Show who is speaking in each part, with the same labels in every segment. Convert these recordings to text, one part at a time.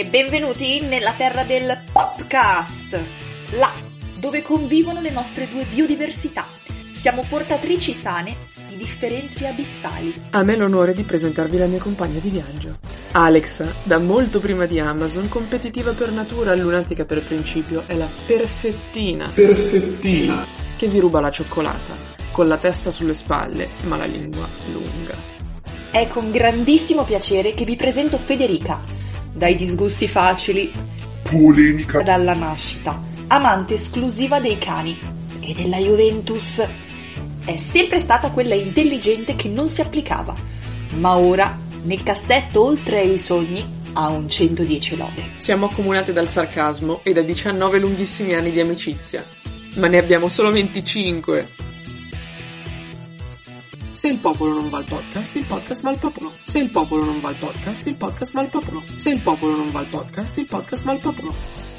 Speaker 1: benvenuti nella terra del podcast, là dove convivono le nostre due biodiversità. Siamo portatrici sane di differenze abissali.
Speaker 2: A me l'onore di presentarvi la mia compagna di viaggio. Alexa, da molto prima di Amazon, competitiva per natura, lunatica per principio, è la perfettina che vi ruba la cioccolata, con la testa sulle spalle, ma la lingua lunga.
Speaker 1: È con grandissimo piacere che vi presento Federica, dai disgusti facili,
Speaker 3: polemica
Speaker 1: dalla nascita, amante esclusiva dei cani e della Juventus. È sempre stata quella intelligente che non si applicava, ma ora nel cassetto oltre ai sogni ha un 110 lode.
Speaker 2: Siamo accomunate dal sarcasmo e da 19 lunghissimi anni di amicizia, ma ne abbiamo solo 25. Se il popolo non va al podcast, il podcast va al popolo. Se il popolo non va al podcast, il podcast va al popolo. Se il popolo non va al podcast, il podcast va al popolo.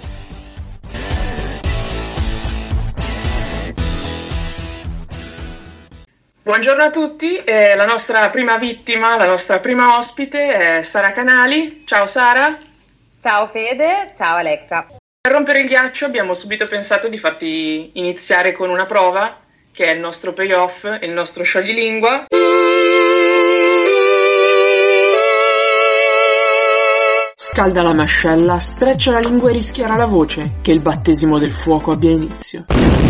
Speaker 2: Buongiorno a tutti, la nostra prima vittima, la nostra prima ospite è Sara Canali. Ciao Sara.
Speaker 4: Ciao Fede, ciao Alexa.
Speaker 2: Per rompere il ghiaccio abbiamo subito pensato di farti iniziare con una prova, che è il nostro payoff, il nostro scioglilingua. Scalda la mascella, streccia la lingua e rischiara la voce, che il battesimo del fuoco abbia inizio.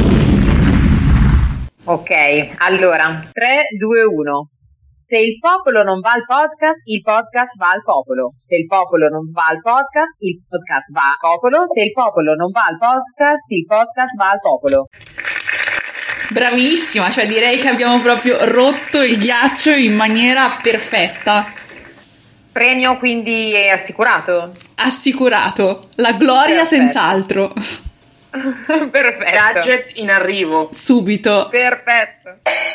Speaker 4: Ok, allora, 3, 2, 1. Se il popolo non va al podcast, il podcast va al popolo. Se il popolo non va al podcast, il podcast va al popolo. Se il popolo non va al podcast, il podcast va al popolo.
Speaker 5: Bravissima, cioè direi che abbiamo proprio rotto il ghiaccio in maniera perfetta.
Speaker 4: Premio quindi è assicurato?
Speaker 5: Assicurato, la gloria
Speaker 4: Perfetto.
Speaker 5: Senz'altro.
Speaker 4: Perfetto.
Speaker 2: Gadget in arrivo.
Speaker 5: Subito.
Speaker 4: Perfetto.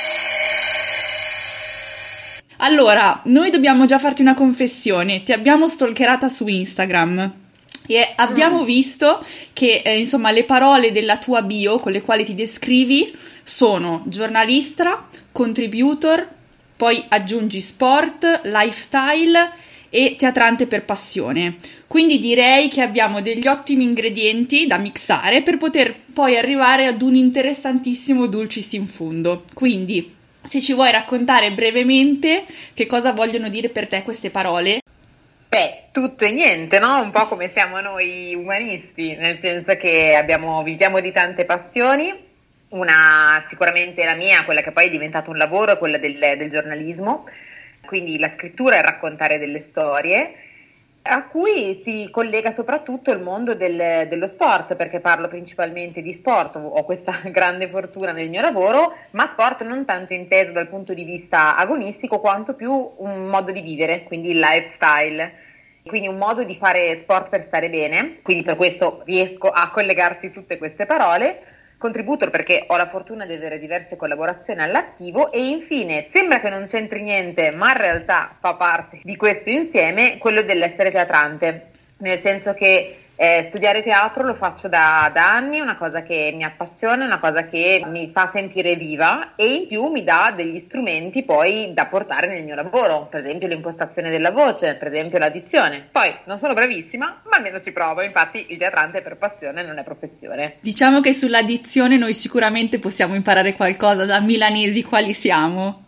Speaker 5: Allora, noi dobbiamo già farti una confessione, ti abbiamo stalkerata su Instagram e abbiamo visto che insomma le parole della tua bio con le quali ti descrivi sono giornalista, contributor, poi aggiungi sport, lifestyle e teatrante per passione. Quindi direi che abbiamo degli ottimi ingredienti da mixare per poter poi arrivare ad un interessantissimo dulcis in fundo. Quindi, se ci vuoi raccontare brevemente che cosa vogliono dire per te queste parole?
Speaker 4: Beh, tutto e niente, no? Un po' come siamo noi umanisti, nel senso che viviamo di tante passioni. Una sicuramente la mia, quella che poi è diventato un lavoro, è quella del giornalismo, quindi la scrittura e il raccontare delle storie, a cui si collega soprattutto il mondo dello sport, perché parlo principalmente di sport, ho questa grande fortuna nel mio lavoro, ma sport non tanto inteso dal punto di vista agonistico quanto più un modo di vivere, quindi il lifestyle, quindi un modo di fare sport per stare bene, quindi per questo riesco a collegarti tutte queste parole. Contributor perché ho la fortuna di avere diverse collaborazioni all'attivo e infine, sembra che non c'entri niente ma in realtà fa parte di questo insieme, quello dell'essere teatrante, nel senso che studiare teatro lo faccio da anni, è una cosa che mi appassiona, è una cosa che mi fa sentire viva e in più mi dà degli strumenti poi da portare nel mio lavoro, per esempio l'impostazione della voce, per esempio l'addizione. Poi non sono bravissima, ma almeno ci provo, infatti il teatrante è per passione, non è professione.
Speaker 5: Diciamo che sull'addizione noi sicuramente possiamo imparare qualcosa da milanesi quali siamo.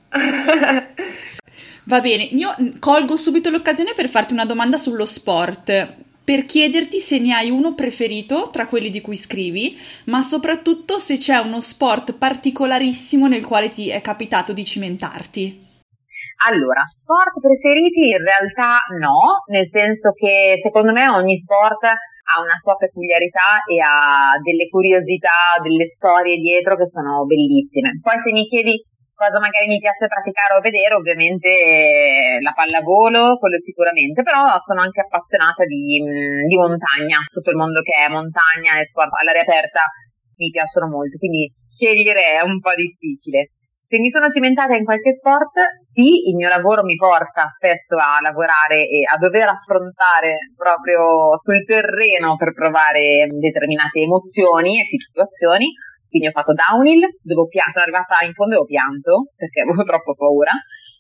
Speaker 5: Va bene, io colgo subito l'occasione per farti una domanda sullo sport, per chiederti se ne hai uno preferito tra quelli di cui scrivi, ma soprattutto se c'è uno sport particolarissimo nel quale ti è capitato di cimentarti.
Speaker 4: Allora, sport preferiti in realtà no, nel senso che secondo me ogni sport ha una sua peculiarità e ha delle curiosità, delle storie dietro che sono bellissime. Poi se mi chiedi cosa magari mi piace praticare o vedere, ovviamente la pallavolo, quello sicuramente, però sono anche appassionata di montagna, tutto il mondo che è montagna e sport all'aria aperta mi piacciono molto, quindi scegliere è un po' difficile. Se mi sono cimentata in qualche sport, sì, il mio lavoro mi porta spesso a lavorare e a dover affrontare proprio sul terreno per provare determinate emozioni e situazioni. Quindi ho fatto downhill, dove sono arrivata in fondo e ho pianto, perché avevo troppo paura.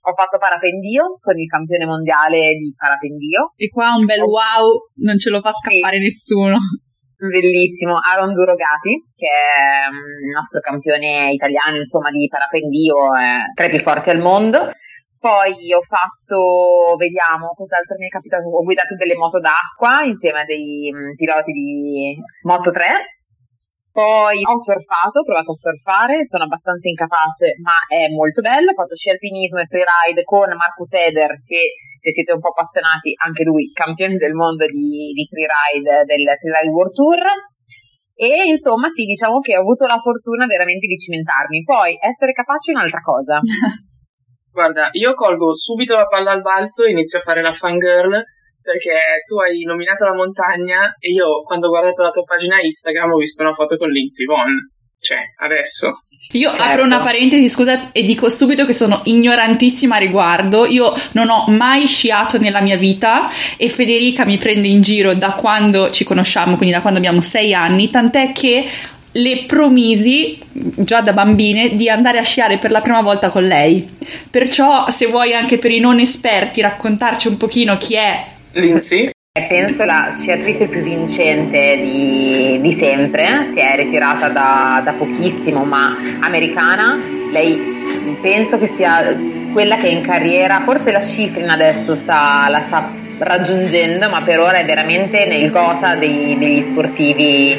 Speaker 4: Ho fatto parapendio con il campione mondiale di parapendio.
Speaker 5: E qua un bel wow, non ce lo fa scappare nessuno.
Speaker 4: Bellissimo, Aaron Durogati, che è il nostro campione italiano, insomma, di parapendio, tra i più forti al mondo. Poi ho fatto, vediamo, cos'altro mi è capitato, ho guidato delle moto d'acqua insieme a dei piloti di Moto3. Poi ho provato a surfare, sono abbastanza incapace, ma è molto bello. Ho fatto sci alpinismo e freeride con Marcus Eder, che se siete un po' appassionati, anche lui campione del mondo di freeride del Freeride World Tour. E insomma sì, diciamo che ho avuto la fortuna veramente di cimentarmi. Poi essere capace è un'altra cosa.
Speaker 2: Guarda, io colgo subito la palla al balzo e inizio a fare la fangirl, perché tu hai nominato la montagna e io quando ho guardato la tua pagina Instagram ho visto una foto con Lindsey Vonn. Cioè, adesso.
Speaker 5: Io apro una parentesi, scusa, e dico subito che sono ignorantissima a riguardo. Io non ho mai sciato nella mia vita e Federica mi prende in giro da quando ci conosciamo, quindi da quando abbiamo 6 anni, tant'è che le promisi già da bambine di andare a sciare per la prima volta con lei. Perciò se vuoi anche per i non esperti raccontarci un pochino chi è
Speaker 2: Lindsey?
Speaker 4: Penso la sciatrice più vincente di sempre, si è ritirata da pochissimo, ma americana. Lei penso che sia quella che in carriera, forse la Schifrin adesso la sta raggiungendo, ma per ora è veramente nel gota degli sportivi,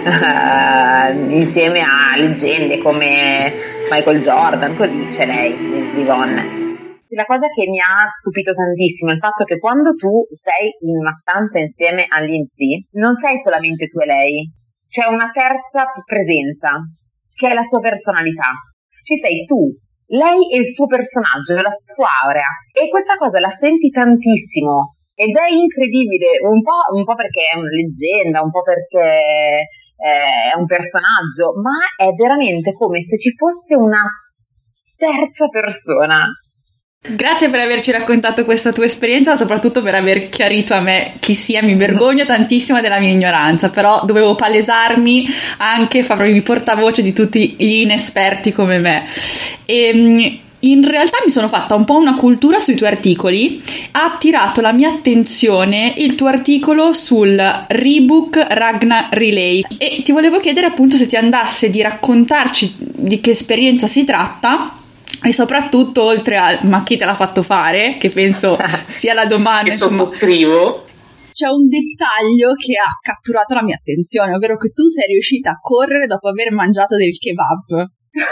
Speaker 4: insieme a leggende come Michael Jordan, così c'è lei, Lindsey Vonn. La cosa che mi ha stupito tantissimo è il fatto che quando tu sei in una stanza insieme a Lindsey, non sei solamente tu e lei, c'è una terza presenza, che è la sua personalità. Ci sei tu, lei e il suo personaggio, la sua aurea. E questa cosa la senti tantissimo ed è incredibile, un po' perché è una leggenda, un po' perché è un personaggio, ma è veramente come se ci fosse una terza persona.
Speaker 5: Grazie per averci raccontato questa tua esperienza, soprattutto per aver chiarito a me chi sia. Mi vergogno tantissimo della mia ignoranza, però dovevo palesarmi anche, farmi il portavoce di tutti gli inesperti come me. E in realtà mi sono fatta un po' una cultura sui tuoi articoli. Ha attirato la mia attenzione il tuo articolo sul Reebok Ragna Relay e ti volevo chiedere appunto se ti andasse di raccontarci di che esperienza si tratta. E soprattutto, oltre al ma chi te l'ha fatto fare, che penso sia la domanda
Speaker 2: che sottoscrivo,
Speaker 5: c'è un dettaglio che ha catturato la mia attenzione, ovvero che tu sei riuscita a correre dopo aver mangiato del kebab.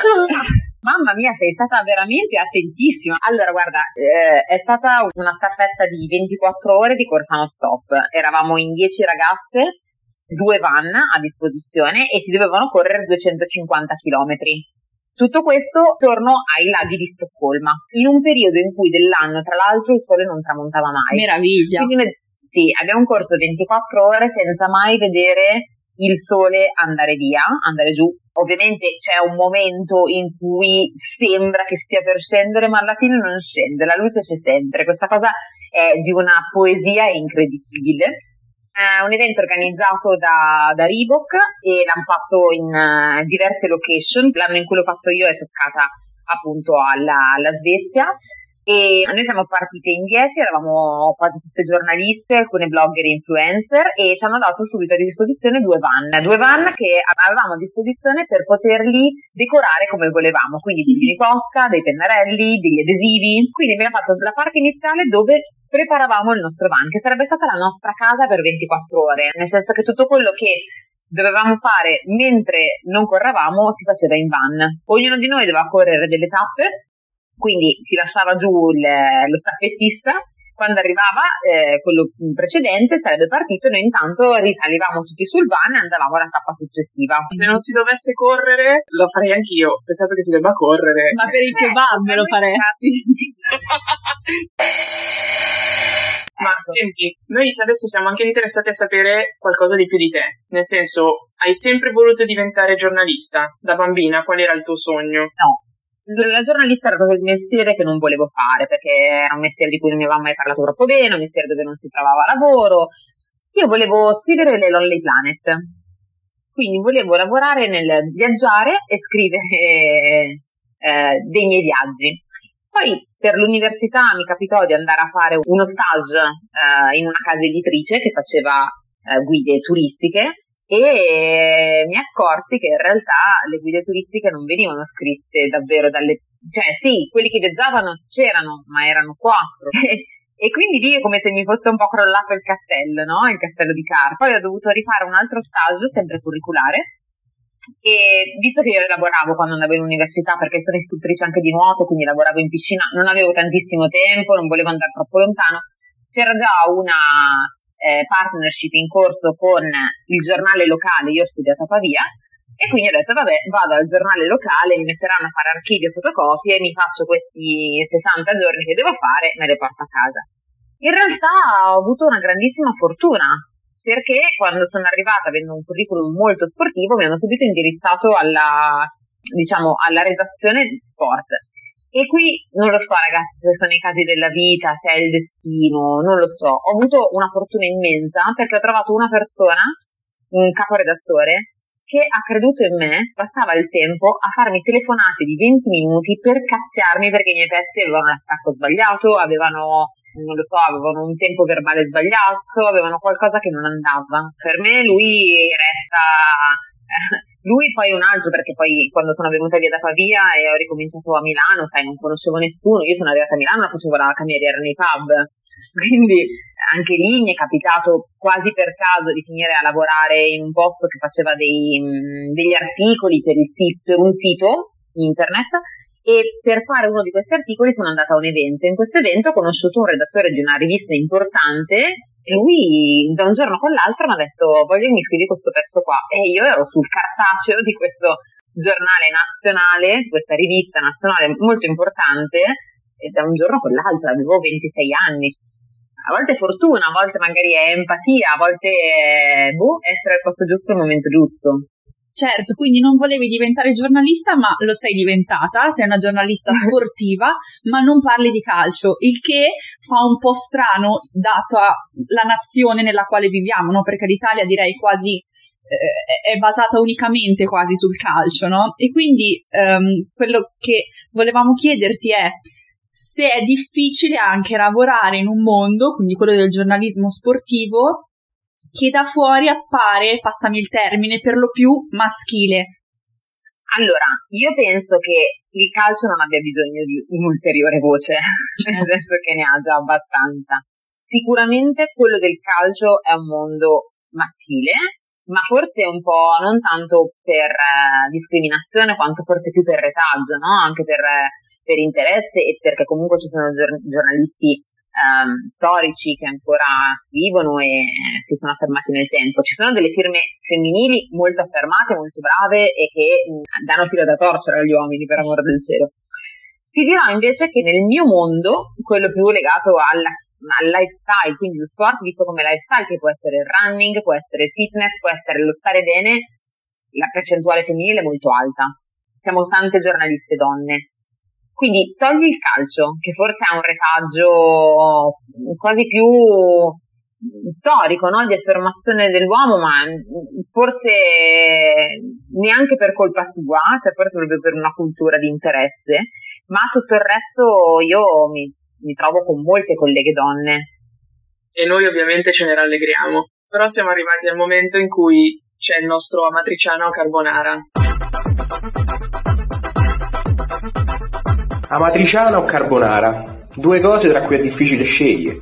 Speaker 4: Mamma mia, sei stata veramente attentissima. Allora, guarda, è stata una staffetta di 24 ore di corsa non stop. Eravamo in 10 ragazze, 2 van a disposizione e si dovevano correre 250 chilometri. Tutto questo attorno ai laghi di Stoccolma, in un periodo in cui dell'anno, tra l'altro, il sole non tramontava mai.
Speaker 5: Meraviglia!
Speaker 4: Quindi sì, abbiamo corso 24 ore senza mai vedere il sole andare via, andare giù. Ovviamente c'è un momento in cui sembra che stia per scendere, ma alla fine non scende, la luce c'è sempre. Questa cosa è di una poesia incredibile. Un evento organizzato da Reebok e l'hanno fatto in diverse location. L'anno in cui l'ho fatto io è toccata appunto alla Svezia e noi siamo partite in 10, eravamo quasi tutte giornaliste, alcune blogger e influencer e ci hanno dato subito a disposizione 2 van che avevamo a disposizione per poterli decorare come volevamo, quindi degli uniposca, dei pennarelli, degli adesivi. Quindi abbiamo fatto la parte iniziale dove preparavamo il nostro van, che sarebbe stata la nostra casa per 24 ore, nel senso che tutto quello che dovevamo fare mentre non corravamo si faceva in van. Ognuno di noi doveva correre delle tappe, quindi si lasciava giù lo staffettista, quando arrivava quello precedente sarebbe partito e noi intanto risalivamo tutti sul van e andavamo alla tappa successiva.
Speaker 2: Se non si dovesse correre lo farei anch'io, peccato che si debba correre.
Speaker 5: Ma per il kebab lo faresti?
Speaker 2: Ma senti, noi adesso siamo anche interessati a sapere qualcosa di più di te, nel senso, hai sempre voluto diventare giornalista? Da bambina, qual era il tuo sogno?
Speaker 4: No. La giornalista era proprio il mestiere che non volevo fare, perché era un mestiere di cui non mi aveva mai parlato troppo bene, un mestiere dove non si trovava lavoro. Io volevo scrivere le Lonely Planet, quindi volevo lavorare nel viaggiare e scrivere dei miei viaggi. Poi per l'università mi capitò di andare a fare uno stage in una casa editrice che faceva guide turistiche, e mi accorsi che in realtà le guide turistiche non venivano scritte davvero cioè sì, quelli che viaggiavano c'erano, ma erano 4. E quindi lì è come se mi fosse un po' crollato il castello, no? Il castello di carta. Poi ho dovuto rifare un altro stage, sempre curriculare, e visto che io lavoravo quando andavo in università, perché sono istruttrice anche di nuoto, quindi lavoravo in piscina, non avevo tantissimo tempo, non volevo andare troppo lontano, c'era già una partnership in corso con il giornale locale. Io ho studiato a Pavia e quindi ho detto vabbè, vado al giornale locale, mi metteranno a fare archivio e fotocopie, mi faccio questi 60 giorni che devo fare, me le porto a casa. In realtà ho avuto una grandissima fortuna, perché quando sono arrivata avendo un curriculum molto sportivo mi hanno subito indirizzato alla redazione sport. E qui non lo so ragazzi se sono i casi della vita, se è il destino, non lo so. Ho avuto una fortuna immensa perché ho trovato una persona, un caporedattore, che ha creduto in me. Bastava il tempo a farmi telefonate di 20 minuti per cazziarmi perché i miei pezzi avevano l'attacco sbagliato, avevano un tempo verbale sbagliato, avevano qualcosa che non andava. Per me lui resta... Lui poi un altro, perché poi quando sono venuta via da Pavia e ho ricominciato a Milano, sai, non conoscevo nessuno, io sono arrivata a Milano e facevo la cameriera nei pub, quindi anche lì mi è capitato quasi per caso di finire a lavorare in un posto che faceva degli articoli per un sito internet, e per fare uno di questi articoli sono andata a un evento. In questo evento ho conosciuto un redattore di una rivista importante e lui da un giorno con l'altro mi ha detto voglio che mi scrivi questo pezzo qua, e io ero sul cartaceo di questo giornale nazionale, questa rivista nazionale molto importante, e da un giorno con l'altro avevo 26 anni. A volte è fortuna, a volte magari è empatia, a volte è essere al posto giusto al momento giusto.
Speaker 5: Certo, quindi non volevi diventare giornalista, ma lo sei diventata, sei una giornalista sportiva, ma non parli di calcio, il che fa un po' strano data la nazione nella quale viviamo, no? Perché l'Italia direi quasi è basata unicamente quasi sul calcio, no? E quindi quello che volevamo chiederti è se è difficile anche lavorare in un mondo, quindi quello del giornalismo sportivo, che da fuori appare, passami il termine, per lo più maschile.
Speaker 4: Allora, io penso che il calcio non abbia bisogno di un'ulteriore voce, nel senso che ne ha già abbastanza. Sicuramente quello del calcio è un mondo maschile, ma forse un po' non tanto per discriminazione quanto forse più per retaggio, no? Anche per interesse, e perché comunque ci sono giornalisti storici che ancora scrivono e si sono affermati nel tempo. Ci sono delle firme femminili molto affermate, molto brave e che danno filo da torcere agli uomini, per amor del cielo. Ti dirò invece che nel mio mondo, quello più legato al lifestyle, quindi lo sport visto come lifestyle, che può essere il running, può essere il fitness, può essere lo stare bene, la percentuale femminile è molto alta. Siamo tante giornaliste donne. Quindi togli il calcio, che forse ha un retaggio quasi più storico, no? Di affermazione dell'uomo, ma forse neanche per colpa sua, cioè forse proprio per una cultura di interesse, ma tutto il resto io mi trovo con molte colleghe donne.
Speaker 2: E noi ovviamente ce ne rallegriamo, però siamo arrivati al momento in cui c'è il nostro amatriciano carbonara.
Speaker 3: Amatriciana o carbonara? Due cose tra cui è difficile scegliere.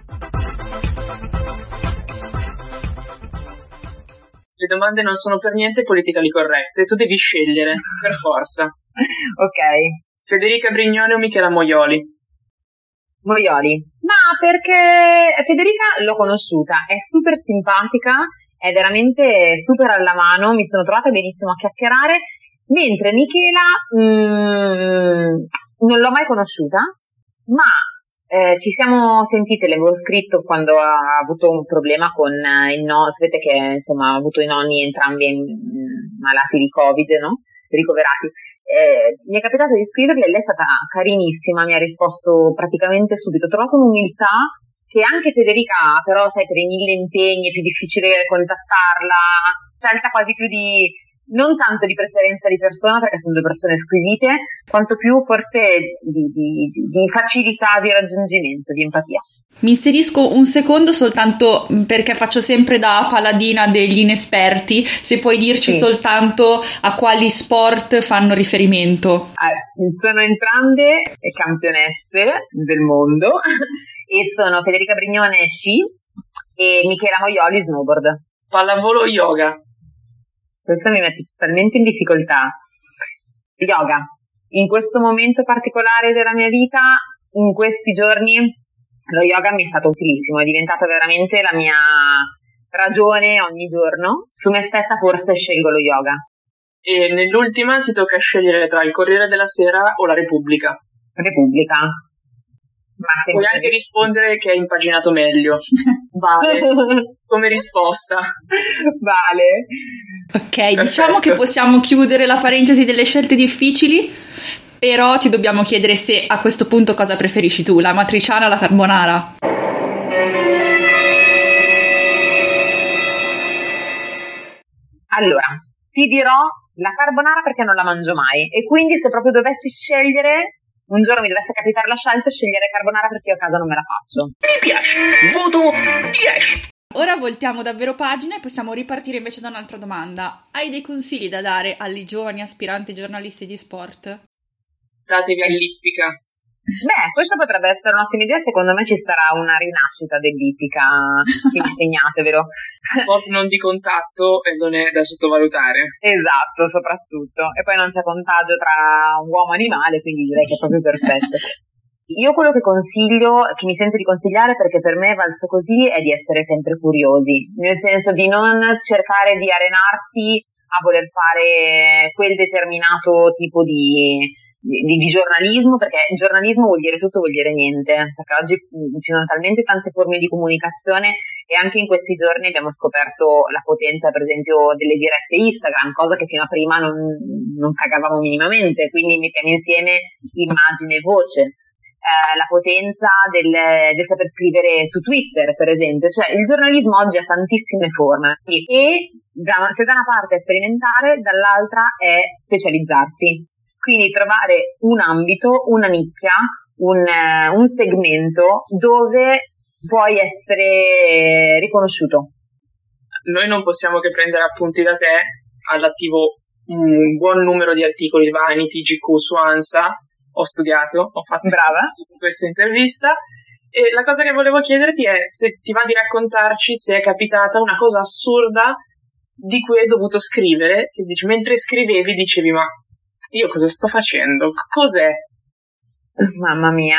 Speaker 2: Le domande non sono per niente politically corrette, tu devi scegliere, per forza.
Speaker 4: Ok.
Speaker 2: Federica Brignone o Michela Moioli?
Speaker 4: Moioli. Ma perché Federica l'ho conosciuta, è super simpatica, è veramente super alla mano, mi sono trovata benissimo a chiacchierare, mentre Michela non l'ho mai conosciuta, ma ci siamo sentite, le avevo scritto quando ha avuto un problema con il nonno, sapete che insomma ha avuto i nonni entrambi malati di Covid, no? Ricoverati. Mi è capitato di scriverle, lei è stata carinissima, mi ha risposto praticamente subito, ho trovato un'umiltà che anche Federica ha, però sai, per i 1000 impegni è più difficile contattarla, scelta quasi più di non tanto di preferenza di persona, perché sono due persone squisite, quanto più forse di facilità di raggiungimento, di empatia.
Speaker 5: Mi inserisco un secondo soltanto perché faccio sempre da paladina degli inesperti, se puoi dirci soltanto a quali sport fanno riferimento.
Speaker 4: Sono entrambe campionesse del mondo e sono Federica Brignone sci e Michela Moioli snowboard.
Speaker 2: Pallavolo yoga.
Speaker 4: Questo mi mette totalmente in difficoltà. Yoga. In questo momento particolare della mia vita, in questi giorni, lo yoga mi è stato utilissimo, è diventato veramente la mia ragione ogni giorno. Su me stessa forse scelgo lo yoga.
Speaker 2: E nell'ultima ti tocca scegliere tra il Corriere della Sera o la Repubblica.
Speaker 4: Repubblica. Ma
Speaker 2: puoi anche rispondere che hai impaginato meglio. Vale. Come risposta.
Speaker 4: Vale.
Speaker 5: Ok, perfetto. Diciamo che possiamo chiudere la parentesi delle scelte difficili, però ti dobbiamo chiedere se a questo punto cosa preferisci tu, la matriciana o la carbonara?
Speaker 4: Allora, ti dirò la carbonara perché non la mangio mai e quindi se proprio dovessi scegliere, un giorno mi dovesse capitare la scelta, scegliere carbonara perché io a casa non me la faccio.
Speaker 6: Mi piace, voto 10.
Speaker 5: Ora voltiamo davvero pagina e possiamo ripartire invece da un'altra domanda. Hai dei consigli da dare agli giovani aspiranti giornalisti di sport?
Speaker 2: Datevi all'ippica.
Speaker 4: Beh, questa potrebbe essere un'ottima idea, secondo me ci sarà una rinascita dell'ippica, insegnatevelo.
Speaker 2: Sport non di contatto e non è da sottovalutare.
Speaker 4: Esatto, soprattutto. E poi non c'è contagio tra uomo e animale, quindi direi che è proprio perfetto. Io quello che consiglio, che mi sento di consigliare perché per me è valso così, è di essere sempre curiosi, nel senso di non cercare di arenarsi a voler fare quel determinato tipo di giornalismo, perché il giornalismo vuol dire tutto, vuol dire niente, perché oggi ci sono talmente tante forme di comunicazione e anche in questi giorni abbiamo scoperto la potenza per esempio delle dirette Instagram, cosa che fino a prima non cagavamo minimamente, quindi mettiamo insieme immagine e voce. La potenza del saper scrivere su Twitter, per esempio, cioè il giornalismo oggi ha tantissime forme e se da una parte è sperimentare, dall'altra è specializzarsi, quindi trovare un ambito, una nicchia, un segmento dove puoi essere riconosciuto.
Speaker 2: Noi non possiamo che prendere appunti da te, all'attivo un buon numero di articoli vari, TGQ su ANSA. Ho studiato, ho fatto questa intervista e la cosa che volevo chiederti è se ti va di raccontarci se è capitata una cosa assurda di cui hai dovuto scrivere, che dici, mentre scrivevi dicevi ma io cosa sto facendo? Cos'è?
Speaker 4: Mamma mia.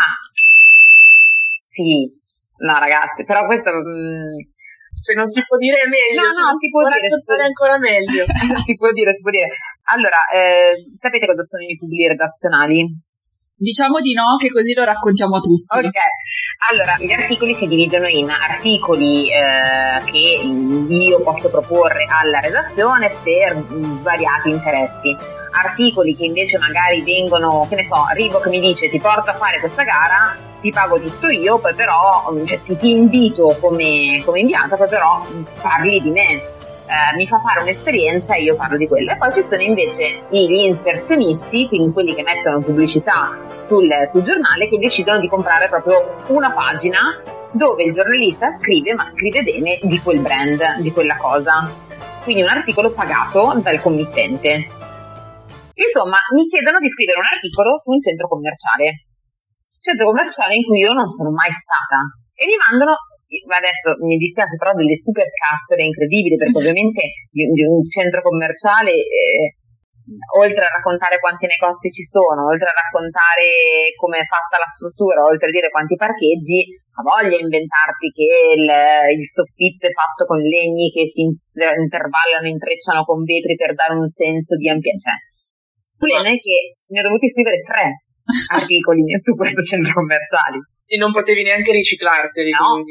Speaker 4: Sì, no ragazzi, però questo...
Speaker 2: Se non si può dire è meglio,
Speaker 4: no, si può dire,
Speaker 2: ancora meglio.
Speaker 4: si può dire. Allora, sapete cosa sono i pubblici redazionali?
Speaker 5: Diciamo di no, che così lo raccontiamo a tutti.
Speaker 4: Ok, allora, gli articoli si dividono in articoli che io posso proporre alla redazione per svariati interessi. Articoli che invece magari vengono, che ne so, Reebok mi dice ti porto a fare questa gara, ti pago tutto io, poi però ti invito come inviata, poi però parli di me, mi fa fare un'esperienza e io parlo di quello. E poi ci sono invece gli inserzionisti, quindi quelli che mettono pubblicità sul giornale, che decidono di comprare proprio una pagina dove il giornalista scrive, ma scrive bene, di quel brand, di quella cosa. Quindi un articolo pagato dal committente. Insomma, mi chiedono di scrivere un articolo su un centro commerciale in cui io non sono mai stata, e mi mandano, adesso mi dispiace però, delle super cazzole incredibili, perché ovviamente di un centro commerciale, oltre a raccontare quanti negozi ci sono, oltre a raccontare come è fatta la struttura, oltre a dire quanti parcheggi, ha voglia inventarti che il soffitto è fatto con legni che si intervallano, intrecciano con vetri per dare un senso di ampiezza. Il problema è che ne ho dovuti scrivere 3 articoli su questo centro commerciale.
Speaker 2: E non potevi neanche riciclarteli,
Speaker 4: no.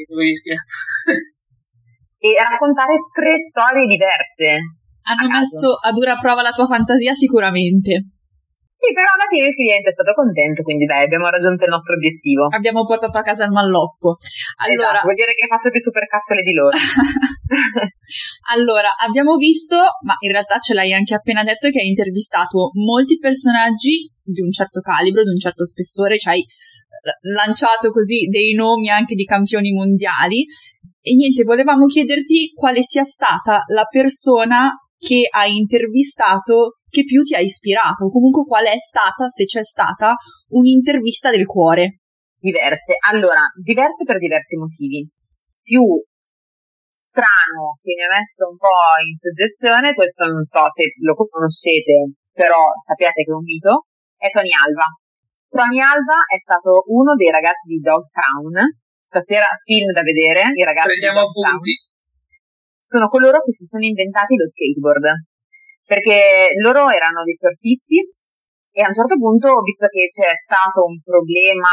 Speaker 4: E raccontare 3 storie diverse.
Speaker 5: Hanno messo a dura prova la tua fantasia sicuramente.
Speaker 4: Sì, però alla fine il cliente è stato contento, quindi dai, abbiamo raggiunto il nostro obiettivo.
Speaker 5: Abbiamo portato a casa il malloppo. Allora,
Speaker 4: esatto, vuol dire che faccio più supercazzole di loro.
Speaker 5: Allora, abbiamo visto, ma in realtà ce l'hai anche appena detto, che hai intervistato molti personaggi di un certo calibro, di un certo spessore, ci hai lanciato così dei nomi anche di campioni mondiali. E niente, volevamo chiederti quale sia stata la persona che hai intervistato che più ti ha ispirato, o comunque qual è stata, se c'è stata, un'intervista del cuore.
Speaker 4: Diverse. Allora, diverse per diversi motivi. Più strano che mi ha messo un po' in soggezione, questo non so se lo conoscete, però sappiate che è un mito, è Tony Alva. Tony Alva è stato uno dei ragazzi di Dogtown. Stasera film da vedere, i ragazzi
Speaker 2: prendiamo
Speaker 4: di Dogtown.
Speaker 2: appunti.
Speaker 4: Sono coloro che si sono inventati lo skateboard, perché loro erano dei surfisti e a un certo punto, visto che c'è stato un problema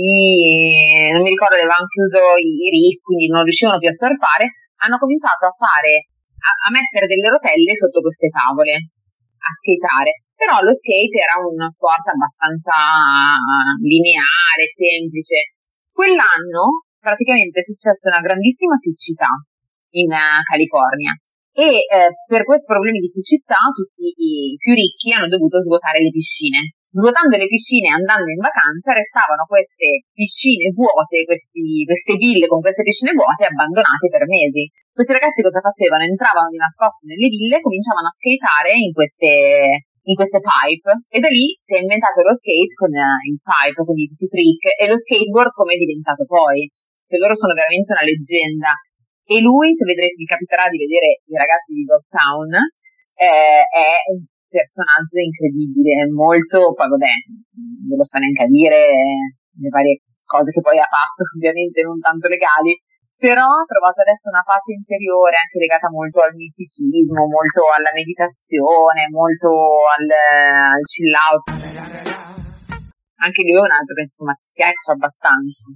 Speaker 4: non mi ricordo, avevano chiuso i reef, quindi non riuscivano più a surfare, hanno cominciato a mettere delle rotelle sotto queste tavole, a skateare. Però lo skate era uno sport abbastanza lineare, semplice. Quell'anno praticamente è successa una grandissima siccità in California e per questi problemi di siccità tutti i più ricchi hanno dovuto svuotare le piscine. Svuotando le piscine e andando in vacanza restavano queste piscine vuote, queste ville con queste piscine vuote abbandonate per mesi. Questi ragazzi cosa facevano? Entravano di nascosto nelle ville e cominciavano a skateare in queste pipe, e da lì si è inventato lo skate con il pipe, quindi tutti i trick, e lo skateboard come è diventato poi. Cioè loro sono veramente una leggenda. E lui, se vedrete, vi capiterà di vedere i ragazzi di Dogtown, è un personaggio incredibile, molto pagodè, non lo so neanche a dire le varie cose che poi ha fatto, ovviamente non tanto legali, però ho trovato adesso una pace interiore anche legata molto al misticismo, molto alla meditazione, molto al chill out. Anche lui è un altro che insomma schiaccia abbastanza.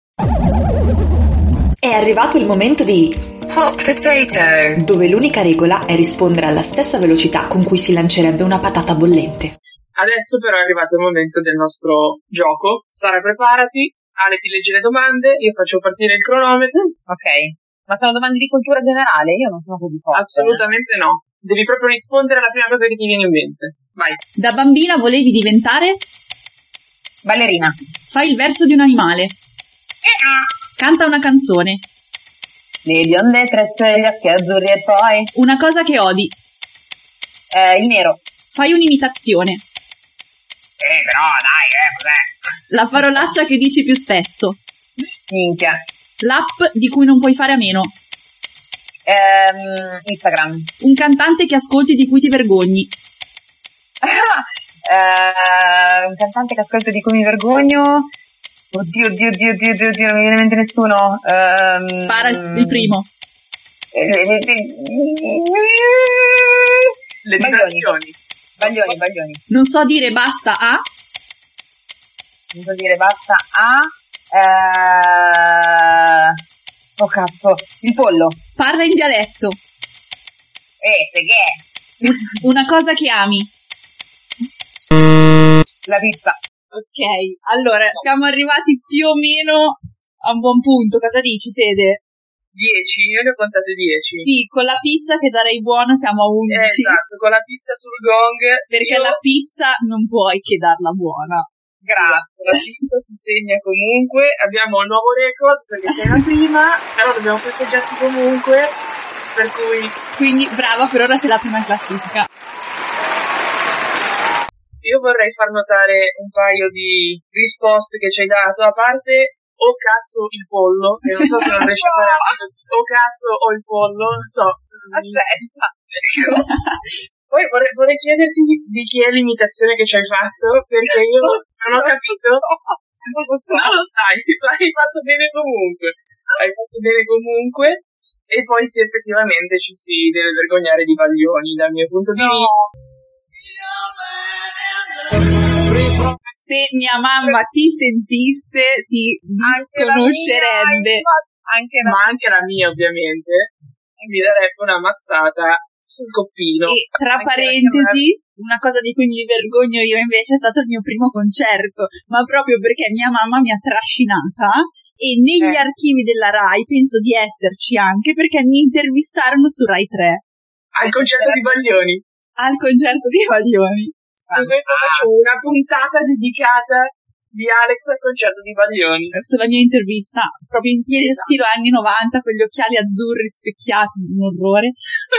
Speaker 1: È arrivato il momento di
Speaker 6: Hot potato,
Speaker 1: dove l'unica regola è rispondere alla stessa velocità con cui si lancerebbe una patata bollente.
Speaker 2: Adesso però è arrivato il momento del nostro gioco. Sara, preparati. Ale ti legge le domande, io faccio partire il cronometro.
Speaker 4: Ok, ma sono domande di cultura generale? Io non sono così forte.
Speaker 2: Assolutamente no. Devi proprio rispondere alla prima cosa che ti viene in mente. Vai.
Speaker 5: Da bambina volevi diventare?
Speaker 4: Ballerina.
Speaker 5: Fai il verso di un animale. Canta una canzone.
Speaker 4: Le bionde trecce, gli occhi azzurri e poi
Speaker 5: Una cosa che odi.
Speaker 4: il nero.
Speaker 5: Fai un'imitazione.
Speaker 4: Però dai, cos'è?
Speaker 5: La parolaccia che dici più spesso.
Speaker 4: Minchia.
Speaker 5: L'app di cui non puoi fare a meno.
Speaker 4: Instagram.
Speaker 5: Un cantante che ascolti di cui ti vergogni.
Speaker 4: Un cantante che ascolto di cui mi vergogno. Oddio, non mi viene in mente nessuno.
Speaker 5: Spara il primo.
Speaker 2: Le vibrazioni.
Speaker 4: Baglioni.
Speaker 5: Non so dire basta a.
Speaker 4: Non so dire basta a. Oh cazzo, il pollo.
Speaker 5: Parla in dialetto.
Speaker 4: Che è?
Speaker 5: Una cosa che ami.
Speaker 4: La pizza.
Speaker 5: Ok, allora siamo arrivati più o meno a un buon punto. Cosa dici, Fede?
Speaker 2: 10, io ne ho contate 10.
Speaker 5: Sì, con la pizza che darei buona siamo a 11.
Speaker 2: Esatto, con la pizza sul gong.
Speaker 5: Perché la pizza non puoi che darla buona.
Speaker 2: Grazie. La pizza si segna comunque. Abbiamo un nuovo record perché sei la prima, però dobbiamo festeggiarti comunque. Per cui.
Speaker 5: Quindi brava, per ora sei la prima in classifica.
Speaker 2: Io vorrei far notare un paio di risposte che ci hai dato, a parte o cazzo il pollo, che non so se non riesci a fare o cazzo o il pollo, non so.
Speaker 4: Aspetta.
Speaker 2: Poi vorrei chiederti di chi è l'imitazione che ci hai fatto, perché io non ho capito.
Speaker 4: Non lo so.
Speaker 2: Non lo sai, l'hai fatto bene comunque. E poi sì, effettivamente ci si deve vergognare di Baglioni dal mio punto di vista.
Speaker 5: Se mia mamma ti sentisse, ti disconoscerebbe.
Speaker 2: Ma anche la mia, ovviamente, mi darebbe una mazzata sul coppino.
Speaker 5: E tra parentesi, una cosa di cui mi vergogno io invece è stato il mio primo concerto, ma proprio perché mia mamma mi ha trascinata e negli archivi della Rai penso di esserci anche perché mi intervistarono su Rai 3.
Speaker 2: Al concerto di Baglioni.
Speaker 5: Al concerto di Baglioni.
Speaker 2: Su questo faccio una puntata dedicata di Alex al concerto di Baglioni.
Speaker 5: Sulla mia intervista, proprio in piede stilo anni 90, con gli occhiali azzurri specchiati, un orrore.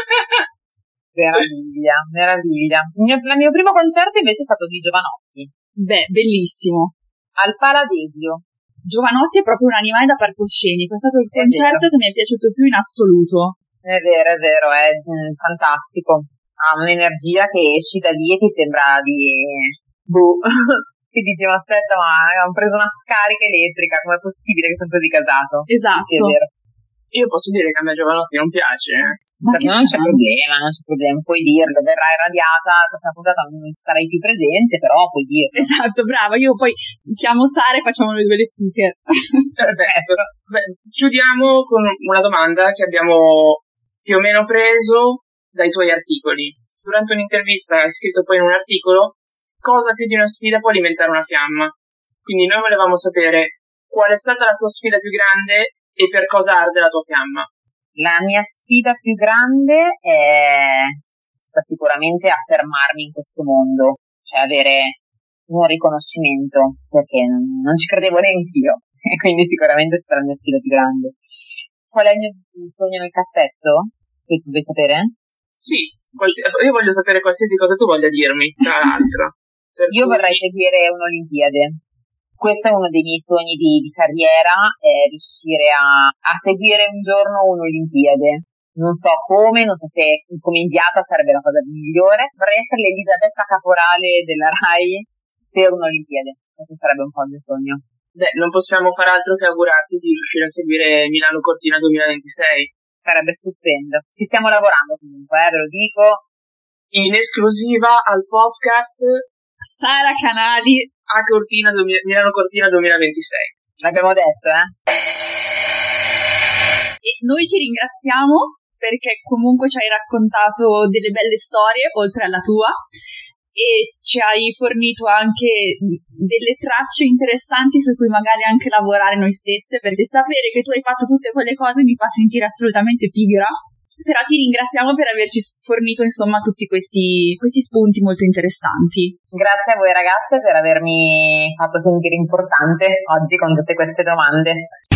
Speaker 4: Meraviglia. Il mio primo concerto invece è stato di Jovanotti.
Speaker 5: Beh, bellissimo.
Speaker 4: Al Paladesio.
Speaker 5: Giovanotti è proprio un animale da palcoscenico, è stato il concerto che mi è piaciuto più in assoluto.
Speaker 4: È vero, è fantastico. Ha un'energia che esci da lì e ti sembra di... Ti dici, ma aspetta, ma hanno preso una scarica elettrica, com'è possibile che sono così casato?
Speaker 5: Esatto.
Speaker 4: Sì, è vero.
Speaker 2: Io posso dire che a me Jovanotti non piace.
Speaker 4: Ma non c'è problema, puoi dirlo, verrai radiata, questa puntata non sarai più presente, però puoi dirlo.
Speaker 5: Esatto, brava, io poi chiamo Sara e facciamo noi due le speaker.
Speaker 2: Perfetto. Beh, chiudiamo con una domanda che abbiamo più o meno preso dai tuoi articoli. Durante un'intervista hai scritto poi in un articolo: cosa più di una sfida può alimentare una fiamma? Quindi noi volevamo sapere qual è stata la tua sfida più grande e per cosa arde la tua fiamma.
Speaker 4: La mia sfida più grande è sicuramente affermarmi in questo mondo, cioè avere un riconoscimento, perché non ci credevo neanche io, e quindi sicuramente è stata la mia sfida più grande. Qual è il mio sogno nel cassetto? Questo vuoi sapere?
Speaker 2: Sì, io voglio sapere qualsiasi cosa tu voglia dirmi, tra l'altro.
Speaker 4: Io vorrei seguire un'Olimpiade. Questo è uno dei miei sogni di carriera, è riuscire a seguire un giorno un'Olimpiade. Non so come, non so se come inviata sarebbe la cosa migliore. Vorrei essere l'Elisabetta Caporale della Rai per un'Olimpiade. Questo sarebbe un po' il mio sogno.
Speaker 2: Beh, non possiamo far altro che augurarti di riuscire a seguire Milano Cortina 2026.
Speaker 4: Sarebbe stupendo. Ci stiamo lavorando comunque, ve lo dico.
Speaker 2: In esclusiva al podcast
Speaker 5: Sara Canali
Speaker 2: a Milano Cortina 2026.
Speaker 4: L'abbiamo detto,
Speaker 5: E noi ti ringraziamo perché comunque ci hai raccontato delle belle storie oltre alla tua e ci hai fornito anche delle tracce interessanti su cui magari anche lavorare noi stesse, perché sapere che tu hai fatto tutte quelle cose mi fa sentire assolutamente pigra. Però ti ringraziamo per averci fornito insomma tutti questi spunti molto interessanti.
Speaker 4: Grazie a voi ragazze per avermi fatto sentire importante oggi con tutte queste domande.